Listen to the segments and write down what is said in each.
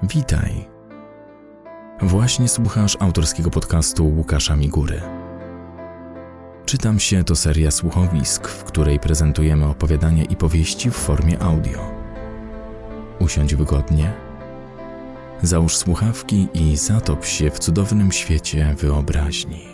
Witaj. Właśnie słuchasz autorskiego podcastu Łukasza Migury. Czytam się to seria słuchowisk, w której prezentujemy opowiadania i powieści w formie audio. Usiądź wygodnie, załóż słuchawki i zatop się w cudownym świecie wyobraźni.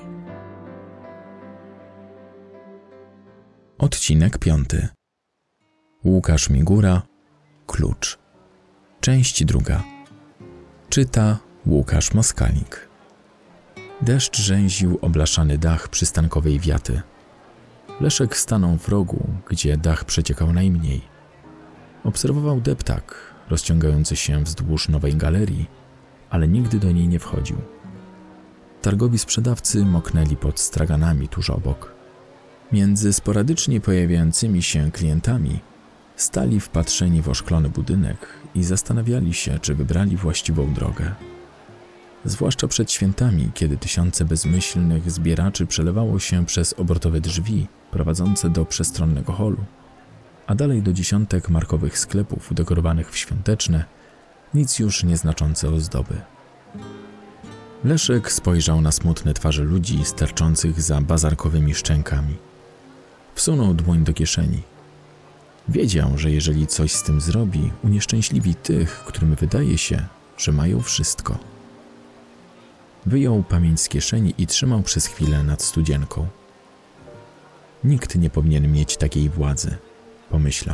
Odcinek 5. Łukasz Migura, Klucz. Część 2. Czyta Łukasz Moskalik. Deszcz rzęził oblaszany dach przystankowej wiaty. Leszek stanął w rogu, gdzie dach przeciekał najmniej. Obserwował deptak rozciągający się wzdłuż nowej galerii, ale nigdy do niej nie wchodził. Targowi sprzedawcy moknęli pod straganami tuż obok. Między sporadycznie pojawiającymi się klientami stali wpatrzeni w oszklony budynek i zastanawiali się, czy wybrali właściwą drogę. Zwłaszcza przed świętami, kiedy tysiące bezmyślnych zbieraczy przelewało się przez obrotowe drzwi prowadzące do przestronnego holu, a dalej do dziesiątek markowych sklepów udekorowanych w świąteczne, nic już nieznaczące ozdoby. Leszek spojrzał na smutne twarze ludzi sterczących za bazarkowymi szczękami. Wsunął dłoń do kieszeni. Wiedział, że jeżeli coś z tym zrobi, unieszczęśliwi tych, którym wydaje się, że mają wszystko. Wyjął pamięć z kieszeni i trzymał przez chwilę nad studzienką. Nikt nie powinien mieć takiej władzy, pomyślał.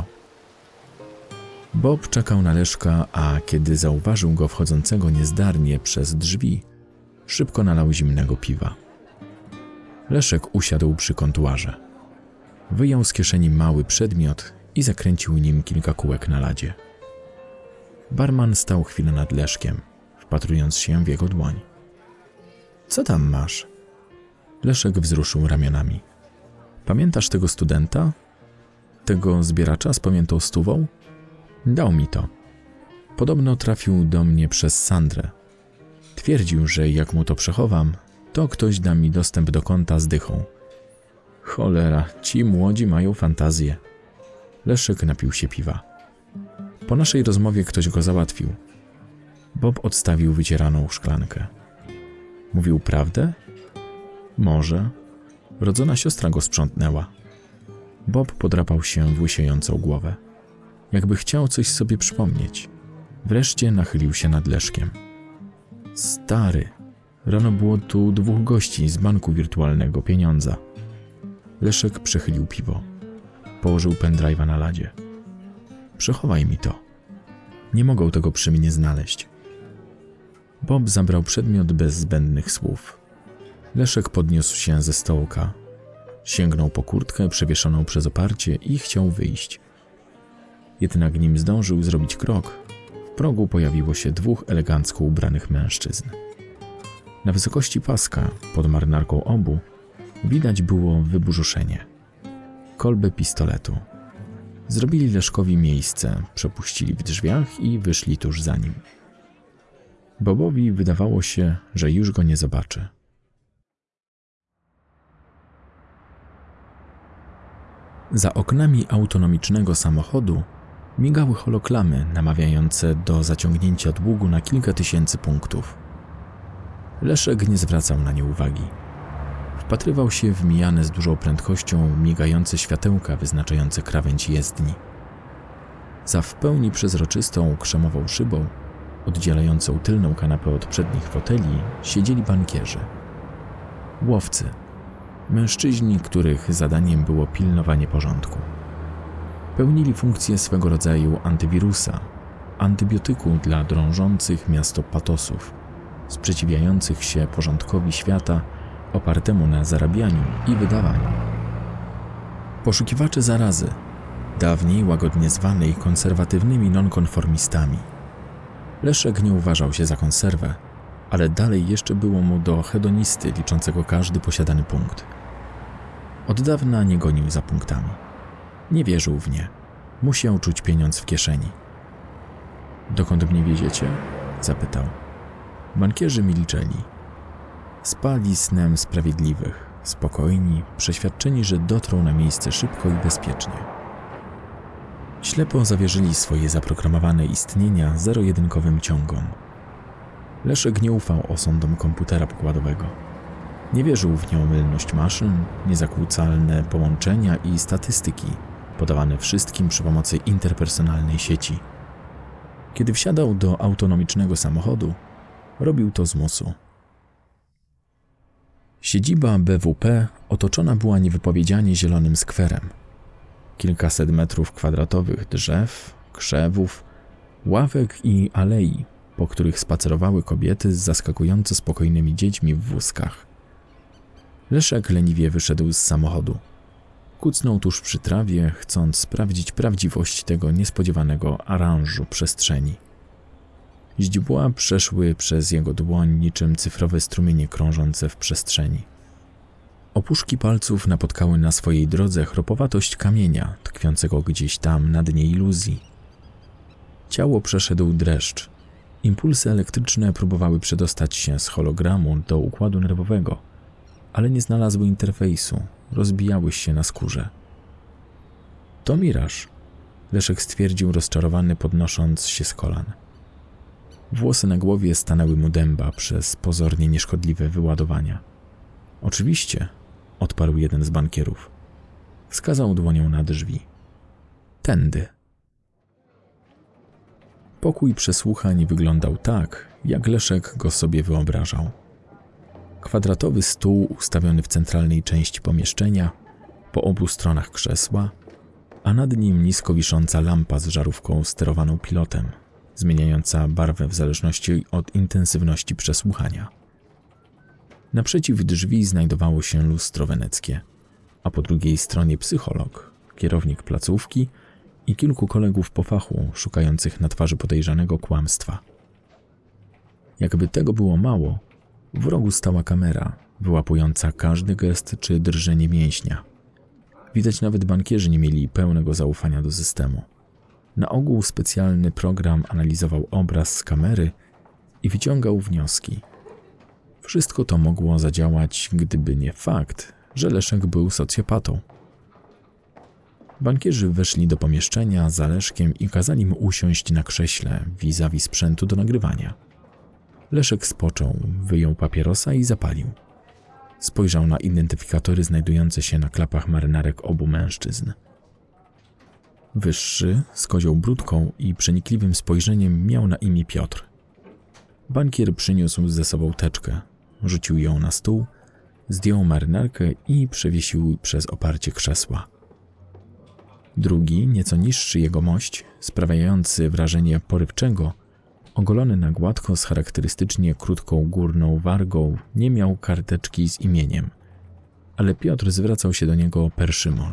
Bob czekał na Leszka, a kiedy zauważył go wchodzącego niezdarnie przez drzwi, szybko nalał zimnego piwa. Leszek usiadł przy kontuarze. Wyjął z kieszeni mały przedmiot i zakręcił nim kilka kółek na ladzie. Barman stał chwilę nad Leszkiem, wpatrując się w jego dłoń. Co tam masz? Leszek wzruszył ramionami. Pamiętasz tego studenta? Tego zbieracza z pamiętą stówą? Dał mi to. Podobno trafił do mnie przez Sandrę. Twierdził, że jak mu to przechowam, to ktoś da mi dostęp do konta z dychą. Cholera, ci młodzi mają fantazję. Leszek napił się piwa. Po naszej rozmowie ktoś go załatwił. Bob odstawił wycieraną szklankę. Mówił prawdę? Może. Rodzona siostra go sprzątnęła. Bob podrapał się w łysiejącą głowę. Jakby chciał coś sobie przypomnieć. Wreszcie nachylił się nad Leszkiem. Stary, rano było tu 2 gości z banku wirtualnego pieniądza. Leszek przechylił piwo. Położył pendrive'a na ladzie. Przechowaj mi to. Nie mogą tego przy mnie znaleźć. Bob zabrał przedmiot bez zbędnych słów. Leszek podniósł się ze stołka. Sięgnął po kurtkę przewieszoną przez oparcie i chciał wyjść. Jednak nim zdążył zrobić krok, w progu pojawiło się 2 elegancko ubranych mężczyzn. Na wysokości paska, pod marynarką obu, widać było wybrzuszenie. Kolbę pistoletu. Zrobili Leszkowi miejsce, przepuścili w drzwiach i wyszli tuż za nim. Bobowi wydawało się, że już go nie zobaczy. Za oknami autonomicznego samochodu migały holoklamy namawiające do zaciągnięcia długu na kilka tysięcy punktów. Leszek nie zwracał na nie uwagi. Wpatrywał się w mijane z dużą prędkością migające światełka wyznaczające krawędź jezdni. Za w pełni przezroczystą, krzemową szybą, oddzielającą tylną kanapę od przednich foteli, siedzieli bankierzy. Łowcy. Mężczyźni, których zadaniem było pilnowanie porządku. Pełnili funkcję swego rodzaju antywirusa, antybiotyku dla drążących miasto patosów, sprzeciwiających się porządkowi świata opartemu na zarabianiu i wydawaniu. Poszukiwacze zarazy, dawniej łagodnie zwanej konserwatywnymi nonkonformistami. Leszek nie uważał się za konserwę, ale dalej jeszcze było mu do hedonisty liczącego każdy posiadany punkt. Od dawna nie gonił za punktami. Nie wierzył w nie. Musiał czuć pieniądz w kieszeni. Dokąd mnie wieziecie? Zapytał. Bankierzy milczeli. Spali snem sprawiedliwych, spokojni, przeświadczeni, że dotrą na miejsce szybko i bezpiecznie. Ślepo zawierzyli swoje zaprogramowane istnienia zero-jedynkowym ciągom, Leszek nie ufał osądom komputera pokładowego. Nie wierzył w nieomylność maszyn, niezakłócalne połączenia i statystyki podawane wszystkim przy pomocy interpersonalnej sieci. Kiedy wsiadał do autonomicznego samochodu, robił to z musu. Siedziba BWP otoczona była niewypowiedzianie zielonym skwerem. Kilkaset metrów kwadratowych drzew, krzewów, ławek i alei, po których spacerowały kobiety z zaskakująco spokojnymi dziećmi w wózkach. Leszek leniwie wyszedł z samochodu. Kucnął tuż przy trawie, chcąc sprawdzić prawdziwość tego niespodziewanego aranżu przestrzeni. Źdźbła przeszły przez jego dłoń niczym cyfrowe strumienie krążące w przestrzeni. Opuszki palców napotkały na swojej drodze chropowatość kamienia tkwiącego gdzieś tam na dnie iluzji. Ciało przeszedł dreszcz. Impulsy elektryczne próbowały przedostać się z hologramu do układu nerwowego, ale nie znalazły interfejsu, rozbijały się na skórze. To miraż, Leszek stwierdził rozczarowany, podnosząc się z kolan. Włosy na głowie stanęły mu dęba przez pozornie nieszkodliwe wyładowania. Oczywiście, odparł jeden z bankierów. Wskazał dłonią na drzwi. Tędy. Pokój przesłuchań wyglądał tak, jak Leszek go sobie wyobrażał. Kwadratowy stół ustawiony w centralnej części pomieszczenia, po obu stronach krzesła, a nad nim nisko wisząca lampa z żarówką sterowaną pilotem, zmieniająca barwę w zależności od intensywności przesłuchania. Naprzeciw drzwi znajdowało się lustro weneckie, a po drugiej stronie psycholog, kierownik placówki i kilku kolegów po fachu szukających na twarzy podejrzanego kłamstwa. Jakby tego było mało, w rogu stała kamera, wyłapująca każdy gest czy drżenie mięśnia. Widać nawet bankierzy nie mieli pełnego zaufania do systemu. Na ogół specjalny program analizował obraz z kamery i wyciągał wnioski. Wszystko to mogło zadziałać, gdyby nie fakt, że Leszek był socjopatą. Bankierzy weszli do pomieszczenia za Leszkiem i kazali mu usiąść na krześle vis-a-vis sprzętu do nagrywania. Leszek spoczął, wyjął papierosa i zapalił. Spojrzał na identyfikatory znajdujące się na klapach marynarek obu mężczyzn. Wyższy, z kozią brudką i przenikliwym spojrzeniem miał na imię Piotr. Bankier przyniósł ze sobą teczkę, rzucił ją na stół, zdjął marynarkę i przewiesił przez oparcie krzesła. Drugi, nieco niższy jegomość, sprawiający wrażenie porywczego, ogolony na gładko z charakterystycznie krótką górną wargą, nie miał karteczki z imieniem, ale Piotr zwracał się do niego per Szymon.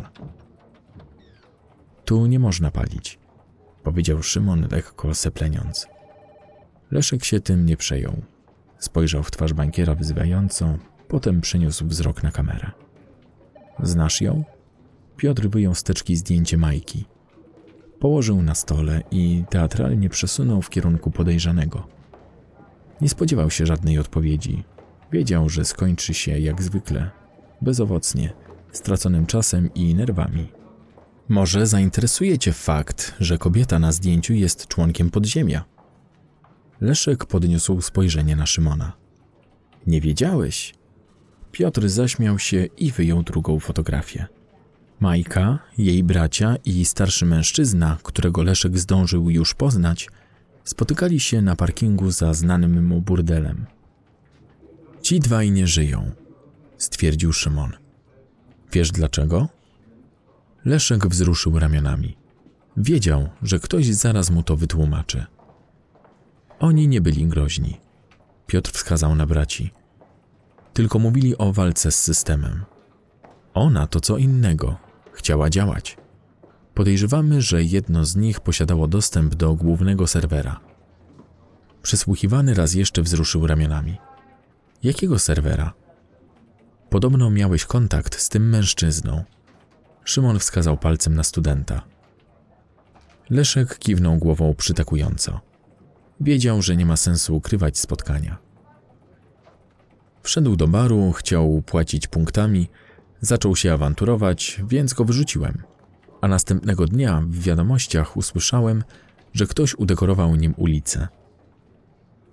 Tu nie można palić, powiedział Szymon lekko sepleniąc. Leszek się tym nie przejął. Spojrzał w twarz bankiera wyzywająco, potem przeniósł wzrok na kamerę. Znasz ją? Piotr wyjął z teczki zdjęcie Majki. Położył na stole i teatralnie przesunął w kierunku podejrzanego. Nie spodziewał się żadnej odpowiedzi. Wiedział, że skończy się jak zwykle, bezowocnie, straconym czasem i nerwami. Może zainteresuje cię fakt, że kobieta na zdjęciu jest członkiem podziemia? Leszek podniósł spojrzenie na Szymona. Nie wiedziałeś? Piotr zaśmiał się i wyjął drugą fotografię. Majka, jej bracia i starszy mężczyzna, którego Leszek zdążył już poznać, spotykali się na parkingu za znanym mu burdelem. Ci dwaj nie żyją, stwierdził Szymon. Wiesz dlaczego? Leszek wzruszył ramionami. Wiedział, że ktoś zaraz mu to wytłumaczy. Oni nie byli groźni. Piotr wskazał na braci. Tylko mówili o walce z systemem. Ona to co innego. Chciała działać. Podejrzewamy, że jedno z nich posiadało dostęp do głównego serwera. Przesłuchiwany raz jeszcze wzruszył ramionami. Jakiego serwera? Podobno miałeś kontakt z tym mężczyzną. Szymon wskazał palcem na studenta. Leszek kiwnął głową przytakująco. Wiedział, że nie ma sensu ukrywać spotkania. Wszedł do baru, chciał płacić punktami, zaczął się awanturować, więc go wyrzuciłem. A następnego dnia w wiadomościach usłyszałem, że ktoś udekorował nim ulicę.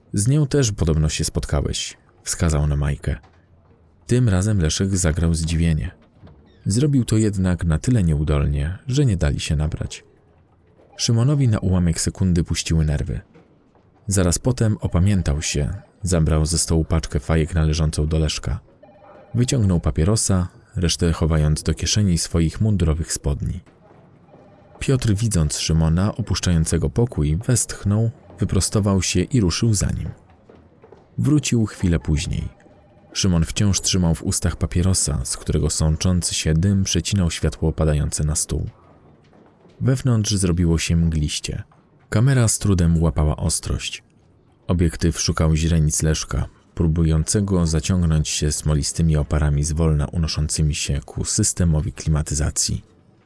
Z nią też podobno się spotkałeś, wskazał na Majkę. Tym razem Leszek zagrał zdziwienie. Zrobił to jednak na tyle nieudolnie, że nie dali się nabrać. Szymonowi na ułamek sekundy puściły nerwy. Zaraz potem opamiętał się, zabrał ze stołu paczkę fajek należącą do Leszka. Wyciągnął papierosa, resztę chowając do kieszeni swoich mundurowych spodni. Piotr, widząc Szymona opuszczającego pokój, westchnął, wyprostował się i ruszył za nim. Wrócił chwilę później. Szymon wciąż trzymał w ustach papierosa, z którego sączący się dym przecinał światło padające na stół. Wewnątrz zrobiło się mgliście. Kamera z trudem łapała ostrość. Obiektyw szukał źrenic Leszka, próbującego zaciągnąć się smolistymi oparami zwolna unoszącymi się ku systemowi klimatyzacji.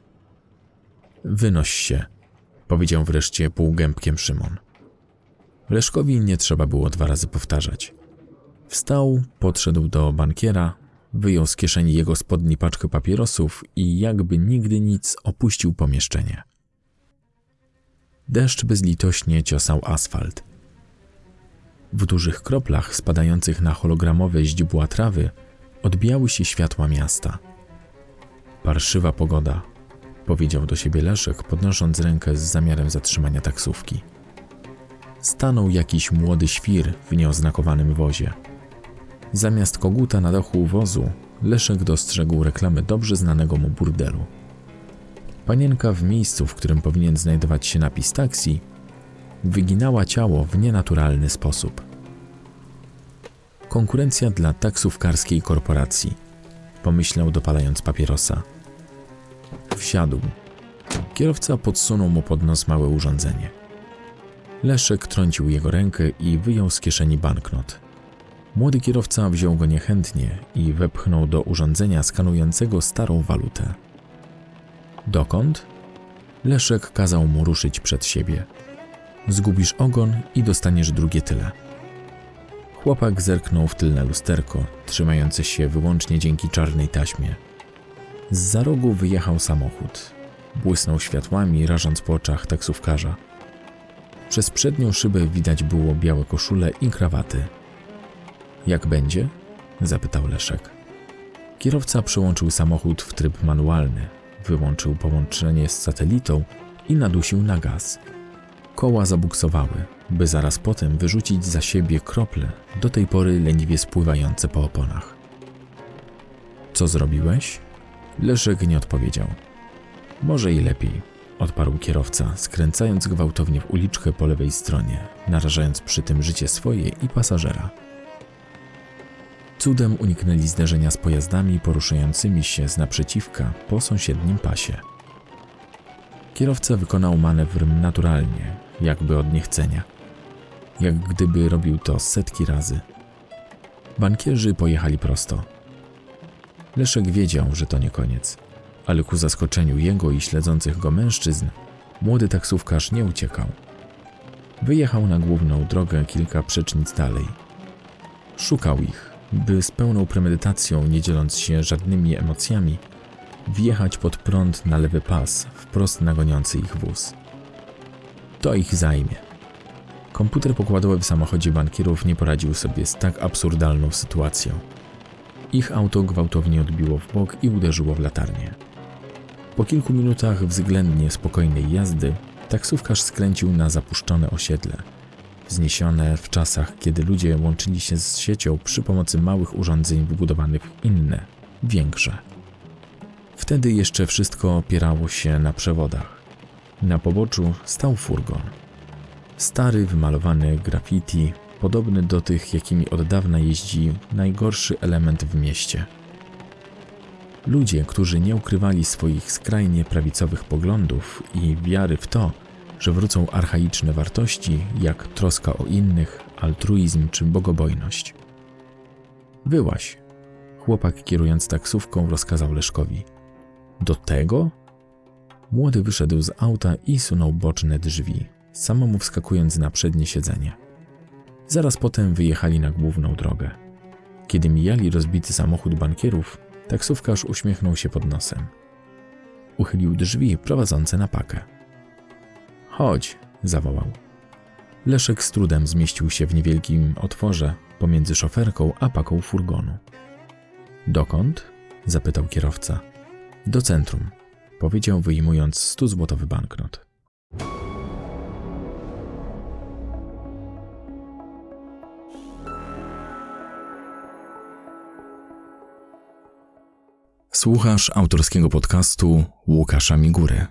Wynoś się, powiedział wreszcie półgębkiem Szymon. Leszkowi nie trzeba było 2 razy powtarzać. Wstał, podszedł do bankiera, wyjął z kieszeni jego spodni paczkę papierosów i jakby nigdy nic opuścił pomieszczenie. Deszcz bezlitośnie ciosał asfalt. W dużych kroplach spadających na hologramowe źdźbła trawy odbijały się światła miasta. Parszywa pogoda, powiedział do siebie Leszek, podnosząc rękę z zamiarem zatrzymania taksówki. Stanął jakiś młody świr w nieoznakowanym wozie. Zamiast koguta na dachu wozu Leszek dostrzegł reklamę dobrze znanego mu burdelu. Panienka w miejscu, w którym powinien znajdować się napis taksi, wyginała ciało w nienaturalny sposób. Konkurencja dla taksówkarskiej korporacji, pomyślał dopalając papierosa. Wsiadł. Kierowca podsunął mu pod nos małe urządzenie. Leszek trącił jego rękę i wyjął z kieszeni banknot. Młody kierowca wziął go niechętnie i wepchnął do urządzenia skanującego starą walutę. Dokąd? Leszek kazał mu ruszyć przed siebie. Zgubisz ogon i dostaniesz drugie tyle. Chłopak zerknął w tylne lusterko, trzymające się wyłącznie dzięki czarnej taśmie. Zza rogu wyjechał samochód. Błysnął światłami, rażąc po oczach taksówkarza. Przez przednią szybę widać było białe koszule i krawaty. Jak będzie? Zapytał Leszek. Kierowca przełączył samochód w tryb manualny, wyłączył połączenie z satelitą i nadusił na gaz. Koła zabuksowały, by zaraz potem wyrzucić za siebie krople, do tej pory leniwie spływające po oponach. Co zrobiłeś? Leszek nie odpowiedział. Może i lepiej, odparł kierowca, skręcając gwałtownie w uliczkę po lewej stronie, narażając przy tym życie swoje i pasażera. Cudem uniknęli zderzenia z pojazdami poruszającymi się z naprzeciwka po sąsiednim pasie. Kierowca wykonał manewr naturalnie, jakby od niechcenia. Jak gdyby robił to setki razy. Bankierzy pojechali prosto. Leszek wiedział, że to nie koniec, ale ku zaskoczeniu jego i śledzących go mężczyzn, młody taksówkarz nie uciekał. Wyjechał na główną drogę kilka przecznic dalej. Szukał ich, by z pełną premedytacją, nie dzieląc się żadnymi emocjami, wjechać pod prąd na lewy pas, wprost na goniący ich wóz. To ich zajmie. Komputer pokładowy w samochodzie bankierów nie poradził sobie z tak absurdalną sytuacją. Ich auto gwałtownie odbiło w bok i uderzyło w latarnię. Po kilku minutach względnie spokojnej jazdy taksówkarz skręcił na zapuszczone osiedle, wzniesione w czasach, kiedy ludzie łączyli się z siecią przy pomocy małych urządzeń wybudowanych w inne, większe. Wtedy jeszcze wszystko opierało się na przewodach. Na poboczu stał furgon. Stary, wymalowany graffiti, podobny do tych, jakimi od dawna jeździ najgorszy element w mieście. Ludzie, którzy nie ukrywali swoich skrajnie prawicowych poglądów i wiary w to, że wrócą archaiczne wartości, jak troska o innych, altruizm czy bogobojność. Wyłaź. Chłopak, kierując taksówką, rozkazał Leszkowi. Do tego? Młody wyszedł z auta i sunął boczne drzwi, samemu wskakując na przednie siedzenie. Zaraz potem wyjechali na główną drogę. Kiedy mijali rozbity samochód bankierów, taksówkarz uśmiechnął się pod nosem. Uchylił drzwi prowadzące na pakę. Chodź, zawołał. Leszek z trudem zmieścił się w niewielkim otworze pomiędzy szoferką a paką furgonu. Dokąd? Zapytał kierowca. Do centrum, powiedział, wyjmując 100-złotowy banknot. Słuchasz autorskiego podcastu Łukasza Migury.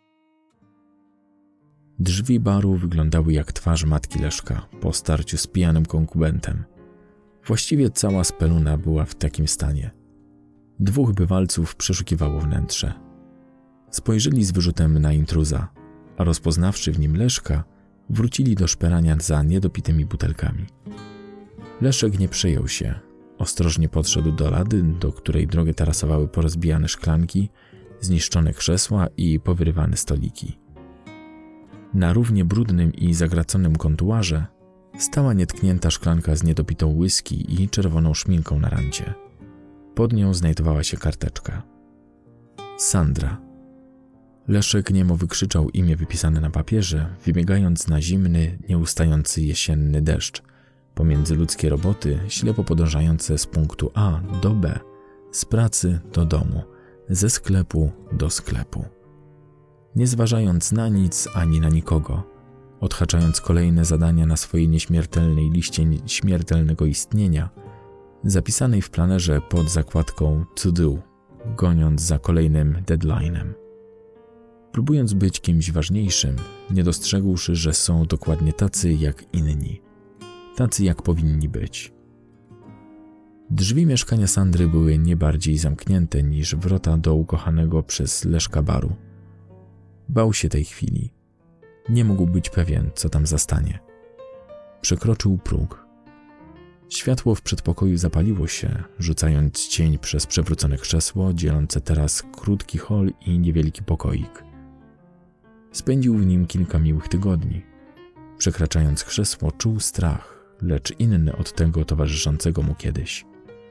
Drzwi baru wyglądały jak twarz matki Leszka po starciu z pijanym konkubentem. Właściwie cała speluna była w takim stanie. 2 bywalców przeszukiwało wnętrze. Spojrzeli z wyrzutem na intruza, a rozpoznawszy w nim Leszka, wrócili do szperania za niedopitymi butelkami. Leszek nie przejął się. Ostrożnie podszedł do lady, do której drogę tarasowały porozbijane szklanki, zniszczone krzesła i powyrywane stoliki. Na równie brudnym i zagraconym kontuarze stała nietknięta szklanka z niedopitą whisky i czerwoną szminką na rancie. Pod nią znajdowała się karteczka. Sandra. Leszek niemo wykrzyczał imię wypisane na papierze, wybiegając na zimny, nieustający jesienny deszcz, pomiędzy ludzkie roboty ślepo podążające z punktu A do B, z pracy do domu, ze sklepu do sklepu. Nie zważając na nic ani na nikogo, odhaczając kolejne zadania na swojej nieśmiertelnej liście śmiertelnego istnienia, zapisanej w planerze pod zakładką To Do, goniąc za kolejnym deadline'em. Próbując być kimś ważniejszym, nie dostrzegłszy, że są dokładnie tacy jak inni. Tacy jak powinni być. Drzwi mieszkania Sandry były nie bardziej zamknięte niż wrota do ukochanego przez Leszka baru. Bał się tej chwili. Nie mógł być pewien, co tam zastanie. Przekroczył próg. Światło w przedpokoju zapaliło się, rzucając cień przez przewrócone krzesło, dzielące teraz krótki hol i niewielki pokoik. Spędził w nim kilka miłych tygodni. Przekraczając krzesło, czuł strach, lecz inny od tego towarzyszącego mu kiedyś.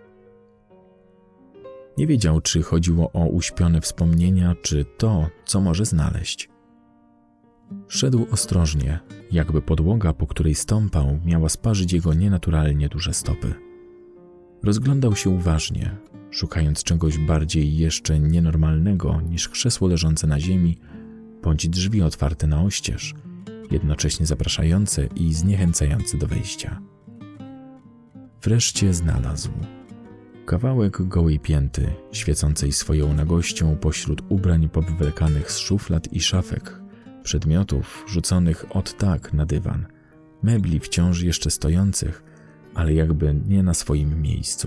Nie wiedział, czy chodziło o uśpione wspomnienia, czy to, co może znaleźć. Szedł ostrożnie, jakby podłoga, po której stąpał, miała sparzyć jego nienaturalnie duże stopy. Rozglądał się uważnie, szukając czegoś bardziej jeszcze nienormalnego niż krzesło leżące na ziemi, bądź drzwi otwarte na oścież, jednocześnie zapraszające i zniechęcające do wejścia. Wreszcie znalazł. Kawałek gołej pięty, świecącej swoją nagością pośród ubrań powywlekanych z szuflad i szafek, przedmiotów rzuconych od tak na dywan, mebli wciąż jeszcze stojących, ale jakby nie na swoim miejscu.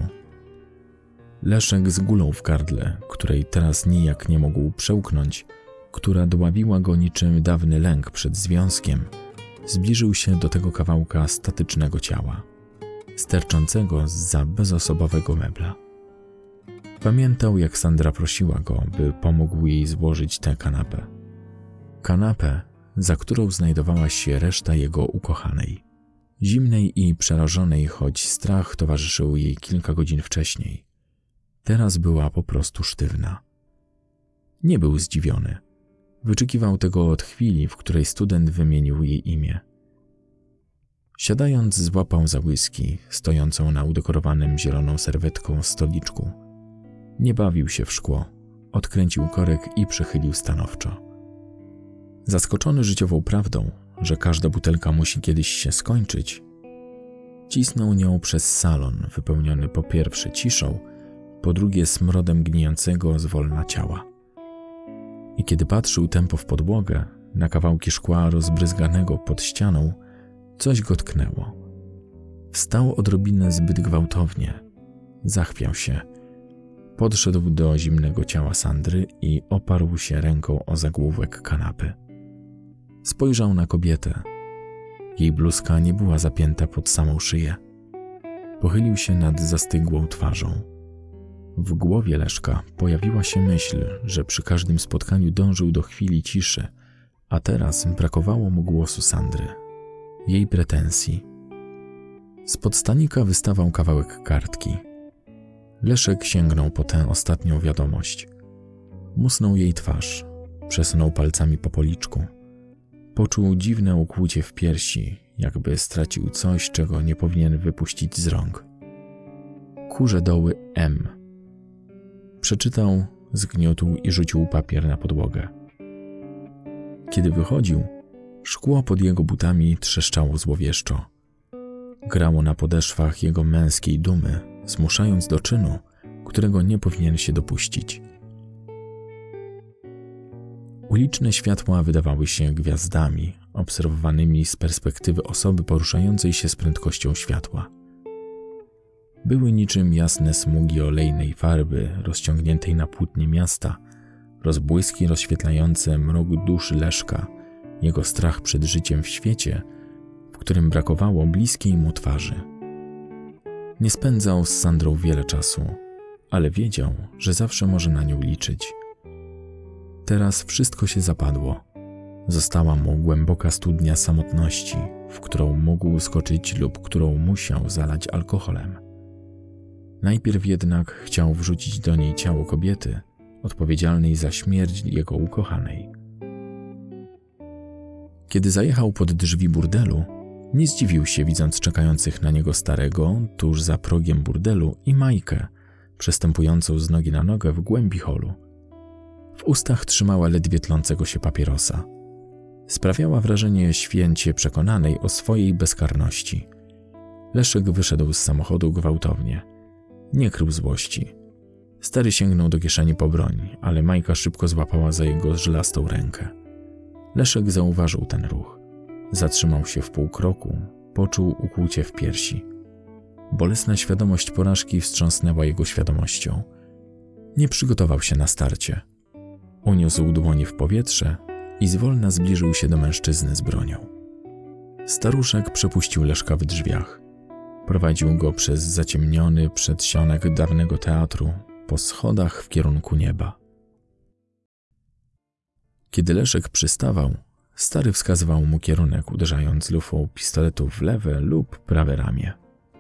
Leszek z gulą w gardle, której teraz nijak nie mógł przełknąć, która dławiła go niczym dawny lęk przed związkiem, zbliżył się do tego kawałka statycznego ciała, sterczącego zza bezosobowego mebla. Pamiętał, jak Sandra prosiła go, by pomógł jej złożyć tę kanapę. Kanapę, za którą znajdowała się reszta jego ukochanej. Zimnej i przerażonej, choć strach towarzyszył jej kilka godzin wcześniej. Teraz była po prostu sztywna. Nie był zdziwiony. Wyczekiwał tego od chwili, w której student wymienił jej imię. Siadając, złapał za whisky, stojącą na udekorowanym zieloną serwetką stoliczku. Nie bawił się w szkło. Odkręcił korek i przechylił stanowczo. Zaskoczony życiową prawdą, że każda butelka musi kiedyś się skończyć, cisnął nią przez salon, wypełniony po pierwsze ciszą, po drugie smrodem gnijącego zwolna ciała. I kiedy patrzył tępo w podłogę, na kawałki szkła rozbryzganego pod ścianą, coś go tknęło. Wstał odrobinę zbyt gwałtownie. Zachwiał się. Podszedł do zimnego ciała Sandry i oparł się ręką o zagłówek kanapy. Spojrzał na kobietę. Jej bluzka nie była zapięta pod samą szyję. Pochylił się nad zastygłą twarzą. W głowie Leszka pojawiła się myśl, że przy każdym spotkaniu dążył do chwili ciszy, a teraz brakowało mu głosu Sandry, jej pretensji. Spod stanika wystawał kawałek kartki. Leszek sięgnął po tę ostatnią wiadomość. Musnął jej twarz, przesunął palcami po policzku. Poczuł dziwne ukłucie w piersi, jakby stracił coś, czego nie powinien wypuścić z rąk. Kurze doły M. Przeczytał, zgniótł i rzucił papier na podłogę. Kiedy wychodził, szkło pod jego butami trzeszczało złowieszczo. Grało na podeszwach jego męskiej dumy, zmuszając do czynu, którego nie powinien się dopuścić. Uliczne światła wydawały się gwiazdami, obserwowanymi z perspektywy osoby poruszającej się z prędkością światła. Były niczym jasne smugi olejnej farby rozciągniętej na płótnie miasta, rozbłyski rozświetlające mrok duszy Leszka, jego strach przed życiem w świecie, w którym brakowało bliskiej mu twarzy. Nie spędzał z Sandrą wiele czasu, ale wiedział, że zawsze może na nią liczyć. Teraz wszystko się zapadło. Została mu głęboka studnia samotności, w którą mógł skoczyć lub którą musiał zalać alkoholem. Najpierw jednak chciał wrzucić do niej ciało kobiety, odpowiedzialnej za śmierć jego ukochanej. Kiedy zajechał pod drzwi burdelu, nie zdziwił się, widząc czekających na niego starego, tuż za progiem burdelu, i Majkę, przestępującą z nogi na nogę w głębi holu. W ustach trzymała ledwie tlącego się papierosa. Sprawiała wrażenie święcie przekonanej o swojej bezkarności. Leszek wyszedł z samochodu gwałtownie. Nie krył złości. Stary sięgnął do kieszeni po broń, ale Majka szybko złapała za jego żylastą rękę. Leszek zauważył ten ruch. Zatrzymał się w pół kroku, poczuł ukłucie w piersi. Bolesna świadomość porażki wstrząsnęła jego świadomością. Nie przygotował się na starcie. Uniósł dłonie w powietrze i zwolna zbliżył się do mężczyzny z bronią. Staruszek przepuścił Leszka w drzwiach. Prowadził go przez zaciemniony przedsionek dawnego teatru, po schodach w kierunku nieba. Kiedy Leszek przystawał, stary wskazywał mu kierunek, uderzając lufą pistoletu w lewe lub prawe ramię.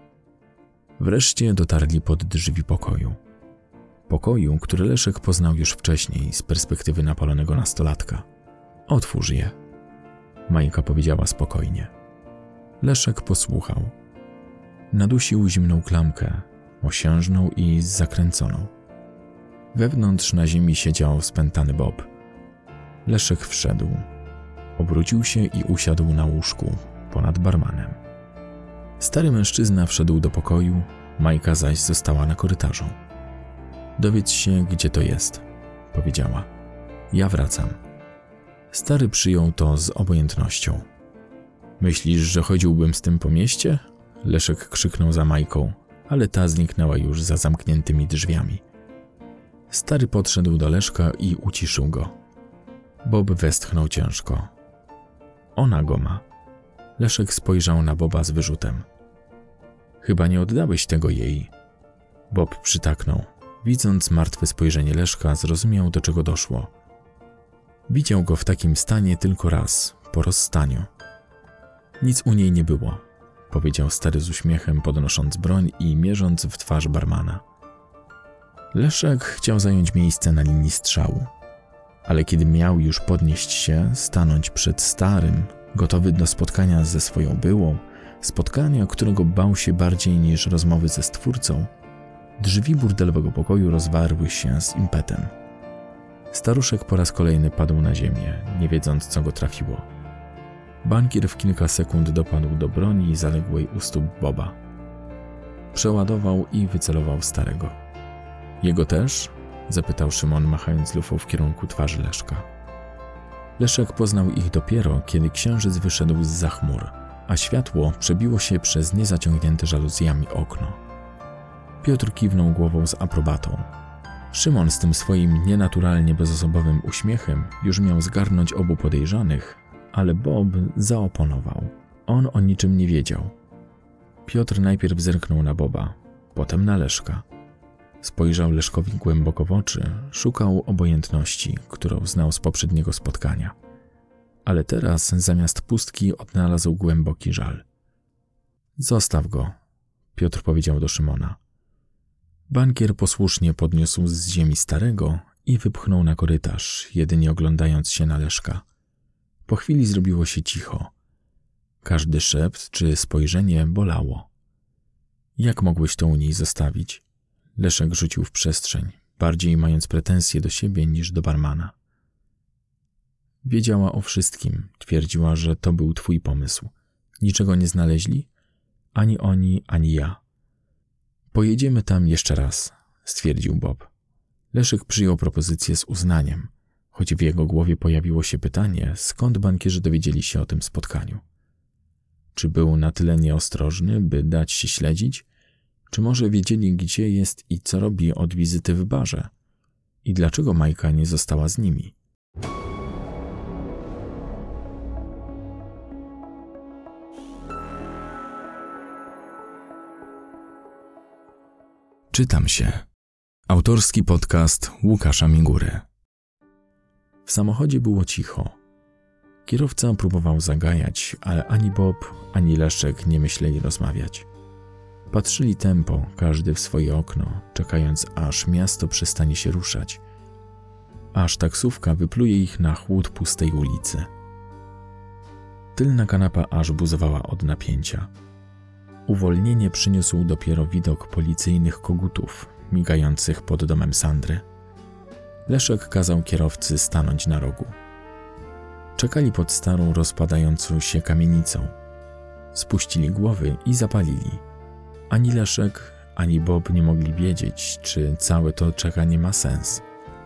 Wreszcie dotarli pod drzwi pokoju. Pokoju, który Leszek poznał już wcześniej z perspektywy napalonego nastolatka. Otwórz je, Majka powiedziała spokojnie. Leszek posłuchał. Nadusił zimną klamkę, osiężną i zakręconą. Wewnątrz na ziemi siedział spętany Bob. Leszek wszedł. Obrócił się i usiadł na łóżku, ponad barmanem. Stary mężczyzna wszedł do pokoju, Majka zaś została na korytarzu. Dowiedz się, gdzie to jest, powiedziała. Ja wracam. Stary przyjął to z obojętnością. Myślisz, że chodziłbym z tym po mieście? Leszek krzyknął za Majką, ale ta zniknęła już za zamkniętymi drzwiami. Stary podszedł do Leszka i uciszył go. Bob westchnął ciężko. Ona go ma. Leszek spojrzał na Boba z wyrzutem. Chyba nie oddałeś tego jej. Bob przytaknął. Widząc martwe spojrzenie Leszka, zrozumiał, do czego doszło. Widział go w takim stanie tylko raz, po rozstaniu. Nic u niej nie było, powiedział stary z uśmiechem, podnosząc broń i mierząc w twarz barmana. Leszek chciał zająć miejsce na linii strzału, ale kiedy miał już podnieść się, stanąć przed starym, gotowy do spotkania ze swoją byłą, spotkania, którego bał się bardziej niż rozmowy ze Stwórcą, drzwi burdelowego pokoju rozwarły się z impetem. Staruszek po raz kolejny padł na ziemię, nie wiedząc, co go trafiło. Bankier w kilka sekund dopadł do broni zaległej u stóp Boba. Przeładował i wycelował starego. Jego też? Zapytał Szymon, machając lufą w kierunku twarzy Leszka. Leszek poznał ich dopiero, kiedy księżyc wyszedł zza chmur, a światło przebiło się przez niezaciągnięte żaluzjami okno. Piotr kiwnął głową z aprobatą. Szymon z tym swoim nienaturalnie bezosobowym uśmiechem już miał zgarnąć obu podejrzanych, ale Bob zaoponował. On o niczym nie wiedział. Piotr najpierw zerknął na Boba, potem na Leszka. Spojrzał Leszkowi głęboko w oczy, szukał obojętności, którą znał z poprzedniego spotkania. Ale teraz zamiast pustki odnalazł głęboki żal. Zostaw go, Piotr powiedział do Szymona. Bankier posłusznie podniósł z ziemi starego i wypchnął na korytarz, jedynie oglądając się na Leszka. Po chwili zrobiło się cicho. Każdy szept czy spojrzenie bolało. Jak mogłeś to u niej zostawić? Leszek rzucił w przestrzeń, bardziej mając pretensje do siebie niż do barmana. Wiedziała o wszystkim, twierdziła, że to był twój pomysł. Niczego nie znaleźli? Ani oni, ani ja. Pojedziemy tam jeszcze raz, stwierdził Bob. Leszek przyjął propozycję z uznaniem, choć w jego głowie pojawiło się pytanie, skąd bankierzy dowiedzieli się o tym spotkaniu. Czy był na tyle nieostrożny, by dać się śledzić? Czy może wiedzieli, gdzie jest i co robi od wizyty w barze? I dlaczego Majka nie została z nimi? Czytam się. Autorski podcast Łukasza Migury. W samochodzie było cicho. Kierowca próbował zagajać, ale ani Bob, ani Leszek nie myśleli rozmawiać. Patrzyli tempo, każdy w swoje okno, czekając aż miasto przestanie się ruszać. Aż taksówka wypluje ich na chłód pustej ulicy. Tylna kanapa aż buzowała od napięcia. Uwolnienie przyniósł dopiero widok policyjnych kogutów, migających pod domem Sandry. Leszek kazał kierowcy stanąć na rogu. Czekali pod starą, rozpadającą się kamienicą. Spuścili głowy i zapalili. Ani Leszek, ani Bob nie mogli wiedzieć, czy całe to czekanie ma sens.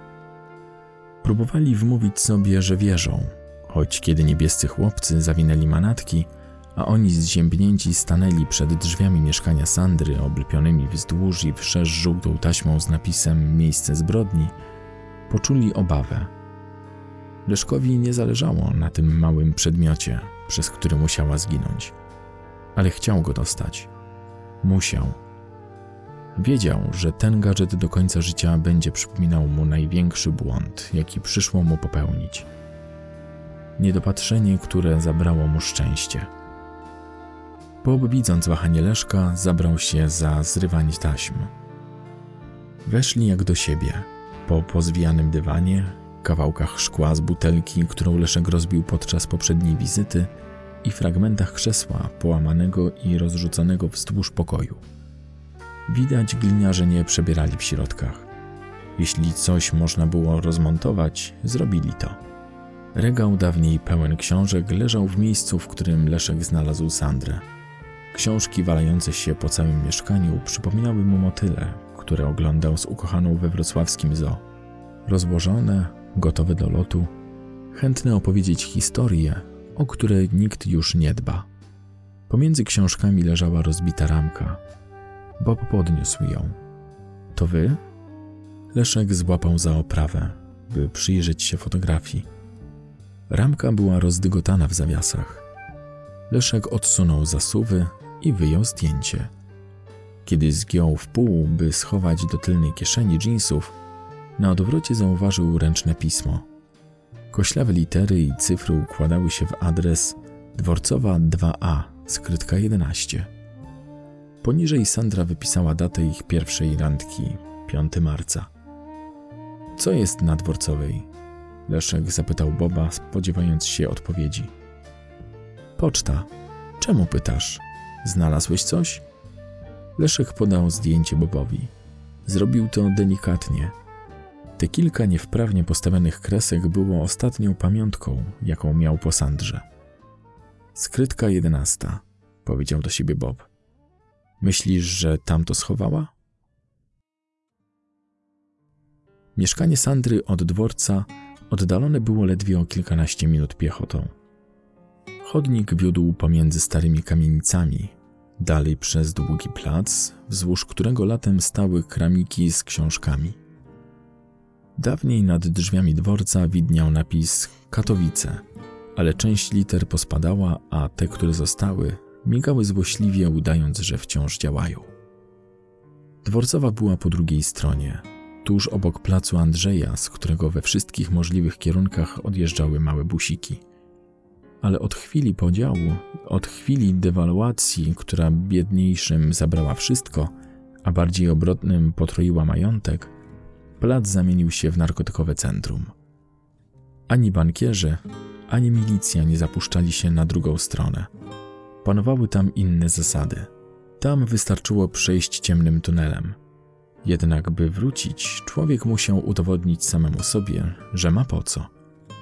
Próbowali wmówić sobie, że wierzą, choć kiedy niebiescy chłopcy zawinęli manatki, a oni zziębnięci stanęli przed drzwiami mieszkania Sandry, oblepionymi wzdłuż i wszerz żółtą taśmą z napisem „Miejsce zbrodni”, poczuli obawę. Leszkowi nie zależało na tym małym przedmiocie, przez który musiała zginąć. Ale chciał go dostać. Musiał. Wiedział, że ten gadżet do końca życia będzie przypominał mu największy błąd, jaki przyszło mu popełnić. Niedopatrzenie, które zabrało mu szczęście. Bob, widząc wahanie Leszka, zabrał się za zrywanie taśm. Weszli jak do siebie. Po pozwijanym dywanie, kawałkach szkła z butelki, którą Leszek rozbił podczas poprzedniej wizyty, i fragmentach krzesła połamanego i rozrzuconego wzdłuż pokoju. Widać, gliniarze nie przebierali w środkach. Jeśli coś można było rozmontować, zrobili to. Regał dawniej pełen książek leżał w miejscu, w którym Leszek znalazł Sandrę. Książki walające się po całym mieszkaniu przypominały mu motyle, które oglądał z ukochaną we wrocławskim zoo. Rozłożone, gotowe do lotu, chętne opowiedzieć historię, o które nikt już nie dba. Pomiędzy książkami leżała rozbita ramka. Bob podniósł ją. To wy? Leszek złapał za oprawę, by przyjrzeć się fotografii. Ramka była rozdygotana w zawiasach. Leszek odsunął zasuwy i wyjął zdjęcie. Kiedy zgiął w pół, by schować do tylnej kieszeni dżinsów, na odwrocie zauważył ręczne pismo. Koślawe litery i cyfry układały się w adres Dworcowa 2A, skrytka 11. Poniżej Sandra wypisała datę ich pierwszej randki, 5 marca. Co jest na Dworcowej? Leszek zapytał Boba, spodziewając się odpowiedzi. Poczta. Czemu pytasz? Znalazłeś coś? Leszek podał zdjęcie Bobowi. Zrobił to delikatnie. Te kilka niewprawnie postawionych kresek było ostatnią pamiątką, jaką miał po Sandrze. Skrytka 11, powiedział do siebie Bob. Myślisz, że tam to schowała? Mieszkanie Sandry od dworca oddalone było ledwie o kilkanaście minut piechotą. Chodnik wiódł pomiędzy starymi kamienicami, dalej przez długi plac, wzdłuż którego latem stały kramiki z książkami. Dawniej nad drzwiami dworca widniał napis Katowice, ale część liter pospadała, a te, które zostały, migały złośliwie, udając, że wciąż działają. Dworcowa była po drugiej stronie, tuż obok placu Andrzeja, z którego we wszystkich możliwych kierunkach odjeżdżały małe busiki. Ale od chwili podziału, od chwili dewaluacji, która biedniejszym zabrała wszystko, a bardziej obrotnym potroiła majątek, plac zamienił się w narkotykowe centrum. Ani bankierzy, ani milicja nie zapuszczali się na drugą stronę. Panowały tam inne zasady. Tam wystarczyło przejść ciemnym tunelem. Jednak by wrócić, człowiek musiał udowodnić samemu sobie, że ma po co.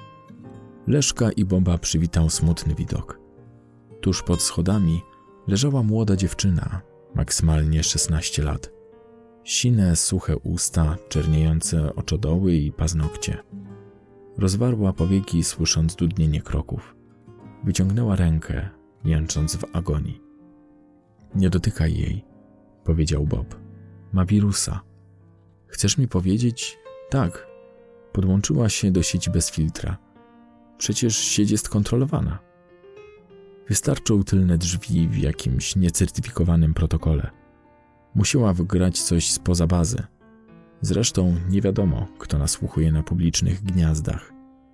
Leszka i Boba przywitał smutny widok. Tuż pod schodami leżała młoda dziewczyna, maksymalnie 16 lat. Sine, suche usta, czerniejące oczodoły i paznokcie. Rozwarła powieki, słysząc dudnienie kroków. Wyciągnęła rękę, jęcząc w agonii. Nie dotykaj jej, powiedział Bob. Ma wirusa. Chcesz mi powiedzieć? Tak. Podłączyła się do sieci bez filtra. Przecież sieć jest kontrolowana. Wystarczą tylne drzwi w jakimś niecertyfikowanym protokole. Musiała wgrać coś spoza bazy. Zresztą nie wiadomo, kto nasłuchuje na publicznych gniazdach.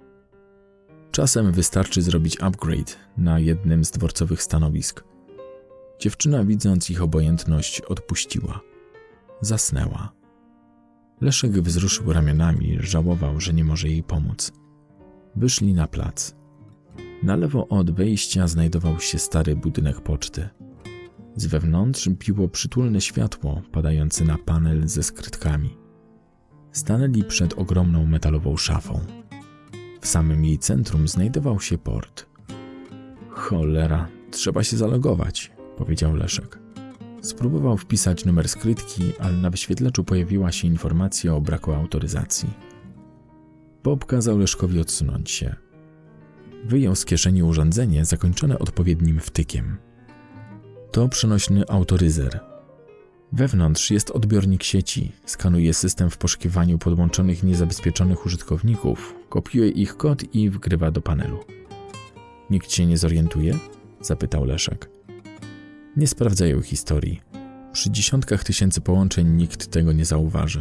Czasem wystarczy zrobić upgrade na jednym z dworcowych stanowisk. Dziewczyna, widząc ich obojętność, odpuściła. Zasnęła. Leszek wzruszył ramionami, żałował, że nie może jej pomóc. Wyszli na plac. Na lewo od wejścia znajdował się stary budynek poczty. Z wewnątrz biło przytulne światło padające na panel ze skrytkami. Stanęli przed ogromną metalową szafą. W samym jej centrum znajdował się port. Cholera, trzeba się zalogować, powiedział Leszek. Spróbował wpisać numer skrytki, ale na wyświetlaczu pojawiła się informacja o braku autoryzacji. Bob kazał Leszkowi odsunąć się. Wyjął z kieszeni urządzenie zakończone odpowiednim wtykiem. To przenośny autoryzer. Wewnątrz jest odbiornik sieci, skanuje system w poszukiwaniu podłączonych niezabezpieczonych użytkowników, kopiuje ich kod i wgrywa do panelu. Nikt się nie zorientuje? Zapytał Leszek. Nie sprawdzają historii. Przy dziesiątkach tysięcy połączeń nikt tego nie zauważy.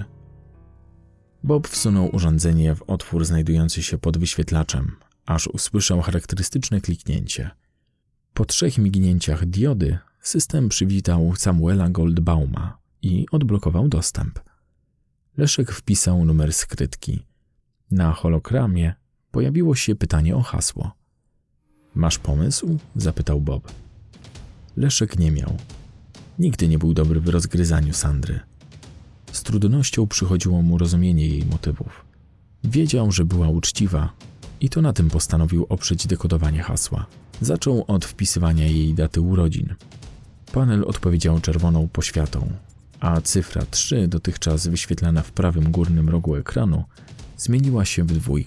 Bob wsunął urządzenie w otwór znajdujący się pod wyświetlaczem, aż usłyszał charakterystyczne kliknięcie. Po 3 mignięciach diody system przywitał Samuela Goldbauma i odblokował dostęp. Leszek wpisał numer skrytki. Na hologramie pojawiło się pytanie o hasło. Masz pomysł? Zapytał Bob. Leszek nie miał. Nigdy nie był dobry w rozgryzaniu Sandry. Z trudnością przychodziło mu rozumienie jej motywów. Wiedział, że była uczciwa i to na tym postanowił oprzeć dekodowanie hasła. Zaczął od wpisywania jej daty urodzin. Panel odpowiedział czerwoną poświatą, a cyfra 3, dotychczas wyświetlana w prawym górnym rogu ekranu, zmieniła się w 2.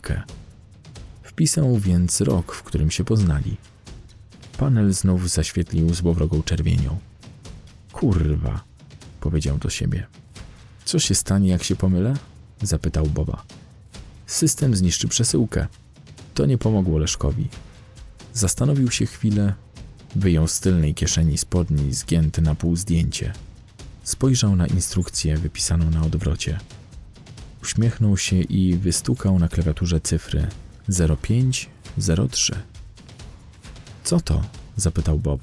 Wpisał więc rok, w którym się poznali. Panel znów zaświetlił złowrogą czerwienią. Kurwa, powiedział do siebie. Co się stanie, jak się pomylę? Zapytał Boba. System zniszczy przesyłkę. To nie pomogło Leszkowi. Zastanowił się chwilę, wyjął z tylnej kieszeni spodni zgięte na pół zdjęcie. Spojrzał na instrukcję wypisaną na odwrocie. Uśmiechnął się i wystukał na klawiaturze cyfry 0503. Co to? Zapytał Bob.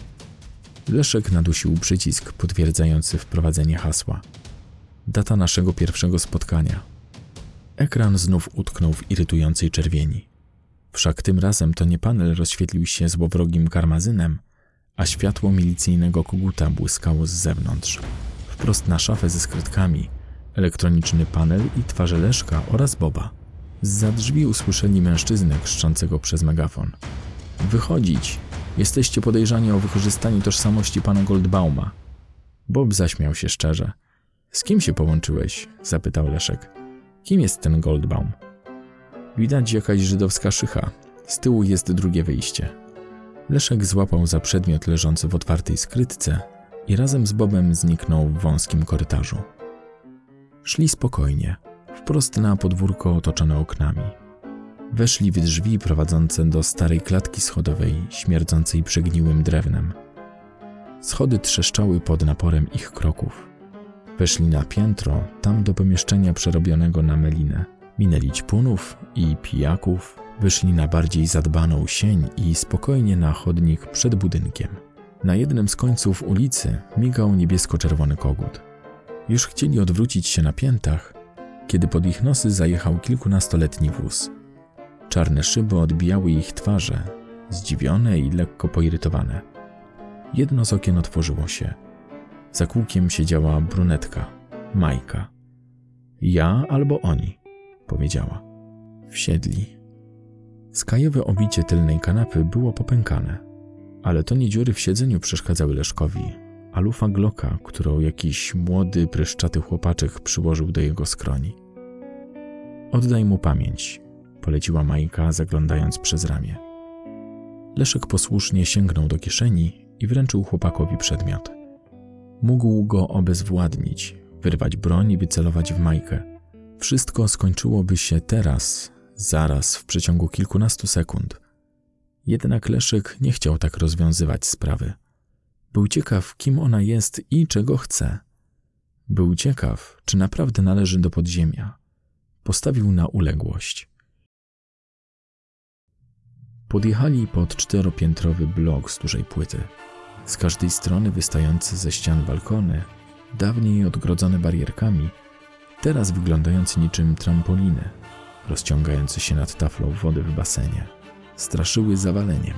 Leszek nadusił przycisk potwierdzający wprowadzenie hasła. Data naszego pierwszego spotkania. Ekran znów utknął w irytującej czerwieni. Wszak tym razem to nie panel rozświetlił się złowrogim karmazynem, a światło milicyjnego koguta błyskało z zewnątrz. Wprost na szafę ze skrytkami, elektroniczny panel i twarze Leszka oraz Boba. Zza drzwi usłyszeli mężczyznę krzyczącego przez megafon. Wychodzić! Jesteście podejrzani o wykorzystanie tożsamości pana Goldbauma. Bob zaśmiał się szczerze. Z kim się połączyłeś? Zapytał Leszek. Kim jest ten Goldbaum? Widać jakaś żydowska szycha. Z tyłu jest drugie wyjście. Leszek złapał za przedmiot leżący w otwartej skrytce i razem z Bobem zniknął w wąskim korytarzu. Szli spokojnie, wprost na podwórko otoczone oknami. Weszli w drzwi prowadzące do starej klatki schodowej, śmierdzącej przegniłym drewnem. Schody trzeszczały pod naporem ich kroków. Weszli na piętro, tam do pomieszczenia przerobionego na melinę. Minęli ćpunów i pijaków, wyszli na bardziej zadbaną sień i spokojnie na chodnik przed budynkiem. Na jednym z końców ulicy migał niebiesko-czerwony kogut. Już chcieli odwrócić się na piętach, kiedy pod ich nosy zajechał kilkunastoletni wóz. Czarne szyby odbijały ich twarze, zdziwione i lekko poirytowane. Jedno z okien otworzyło się. Za kółkiem siedziała brunetka, Majka. Ja albo oni, powiedziała. Wsiedli. Skajowe obicie tylnej kanapy było popękane, ale to nie dziury w siedzeniu przeszkadzały Leszkowi, a lufa Glocka, którą jakiś młody, pryszczaty chłopaczek przyłożył do jego skroni. Oddaj mu pamięć, poleciła Majka, zaglądając przez ramię. Leszek posłusznie sięgnął do kieszeni i wręczył chłopakowi przedmiot. Mógł go obezwładnić, wyrwać broń i wycelować w Majkę. Wszystko skończyłoby się teraz, zaraz, w przeciągu kilkunastu sekund. Jednak Leszek nie chciał tak rozwiązywać sprawy. Był ciekaw, kim ona jest i czego chce. Był ciekaw, czy naprawdę należy do podziemia. Postawił na uległość. Podjechali pod 4-piętrowy blok z dużej płyty. Z każdej strony wystające ze ścian balkony, dawniej odgrodzone barierkami, teraz wyglądające niczym trampoliny, rozciągające się nad taflą wody w basenie, straszyły zawaleniem.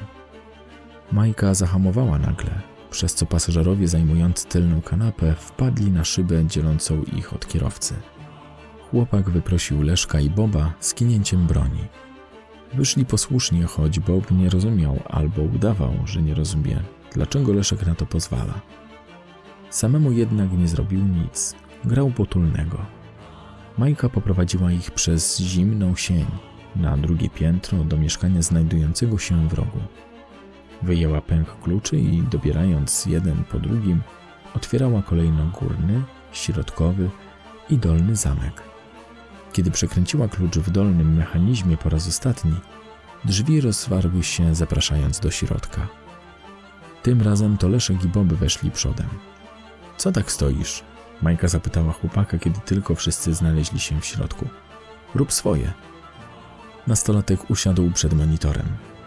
Majka zahamowała nagle, przez co pasażerowie zajmujący tylną kanapę wpadli na szybę dzielącą ich od kierowcy. Chłopak wyprosił Leszka i Boba z kinięciem broni. Wyszli posłusznie, choć Bob nie rozumiał albo udawał, że nie rozumie, dlaczego Leszek na to pozwala. Samemu jednak nie zrobił nic, grał potulnego. Majka poprowadziła ich przez zimną sień na drugie piętro do mieszkania znajdującego się w rogu. Wyjęła pęk kluczy i dobierając jeden po drugim, otwierała kolejno górny, środkowy i dolny zamek. Kiedy przekręciła klucz w dolnym mechanizmie po raz ostatni, drzwi rozwarły się, zapraszając do środka. Tym razem to Leszek i Bob weszli przodem. Co tak stoisz? Majka zapytała chłopaka, kiedy tylko wszyscy znaleźli się w środku. Rób swoje. Nastolatek usiadł przed monitorem.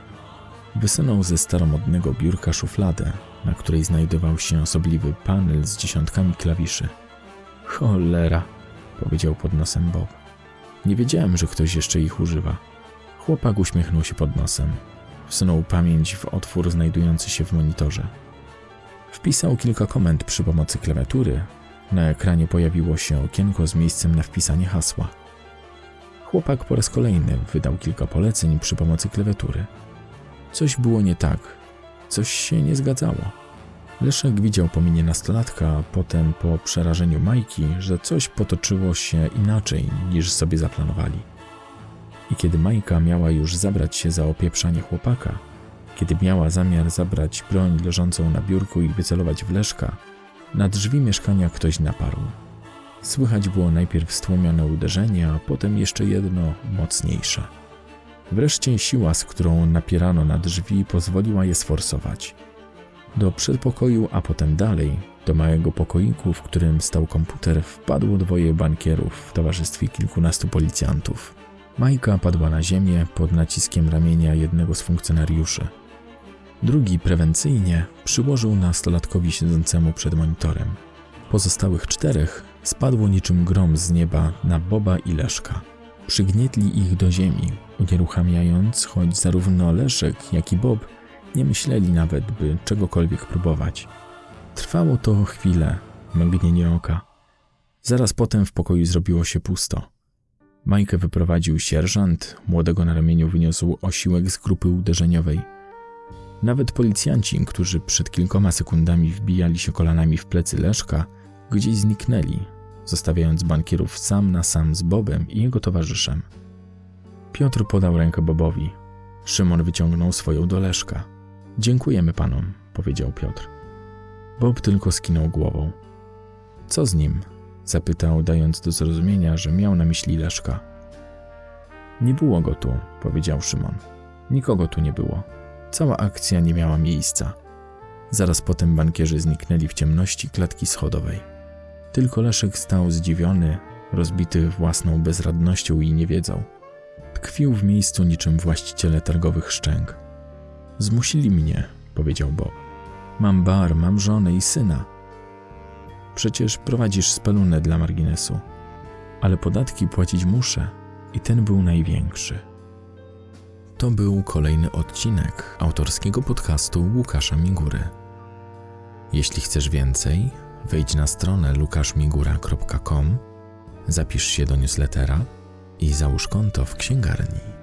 Wysunął ze staromodnego biurka szufladę, na której znajdował się osobliwy panel z dziesiątkami klawiszy. Cholera, powiedział pod nosem Bob. Nie wiedziałem, że ktoś jeszcze ich używa. Chłopak uśmiechnął się pod nosem. Wsunął pamięć w otwór znajdujący się w monitorze. Wpisał kilka komend przy pomocy klawiatury. Na ekranie pojawiło się okienko z miejscem na wpisanie hasła. Chłopak po raz kolejny wydał kilka poleceń przy pomocy klawiatury. Coś było nie tak. Coś się nie zgadzało. Leszek widział po minie nastolatka, a potem po przerażeniu Majki, że coś potoczyło się inaczej niż sobie zaplanowali. I kiedy Majka miała już zabrać się za opieprzanie chłopaka, kiedy miała zamiar zabrać broń leżącą na biurku i wycelować w Leszka, na drzwi mieszkania ktoś naparł. Słychać było najpierw stłumione uderzenie, a potem jeszcze jedno, mocniejsze. Wreszcie siła, z którą napierano na drzwi, pozwoliła je sforsować. Do przedpokoju, a potem dalej, do małego pokoiku, w którym stał komputer, wpadło dwoje bankierów w towarzystwie kilkunastu policjantów. Majka padła na ziemię pod naciskiem ramienia jednego z funkcjonariuszy. Drugi prewencyjnie przyłożył nastolatkowi siedzącemu przed monitorem. Pozostałych czterech spadło niczym grom z nieba na Boba i Leszka. Przygnietli ich do ziemi, unieruchamiając, choć zarówno Leszek, jak i Bob nie myśleli nawet, by czegokolwiek próbować. Trwało to chwilę, mgnienie oka. Zaraz potem w pokoju zrobiło się pusto. Majkę wyprowadził sierżant, młodego na ramieniu wyniósł osiłek z grupy uderzeniowej. Nawet policjanci, którzy przed kilkoma sekundami wbijali się kolanami w plecy Leszka, gdzieś zniknęli, zostawiając bankierów sam na sam z Bobem i jego towarzyszem. Piotr podał rękę Bobowi. Szymon wyciągnął swoją do Leszka. Dziękujemy panom, powiedział Piotr. Bob tylko skinął głową. Co z nim? Zapytał, dając do zrozumienia, że miał na myśli Leszka. Nie było go tu, powiedział Szymon. Nikogo tu nie było. Cała akcja nie miała miejsca. Zaraz potem bankierzy zniknęli w ciemności klatki schodowej. Tylko Leszek stał zdziwiony, rozbity własną bezradnością i niewiedzą. Tkwił w miejscu niczym właściciele targowych szczęk. Zmusili mnie, powiedział Bob. Mam bar, mam żonę i syna. Przecież prowadzisz spelunę dla marginesu. Ale podatki płacić muszę i ten był największy. To był kolejny odcinek autorskiego podcastu Łukasza Migury. Jeśli chcesz więcej, wejdź na stronę lukaszmigura.com, zapisz się do newslettera i załóż konto w księgarni.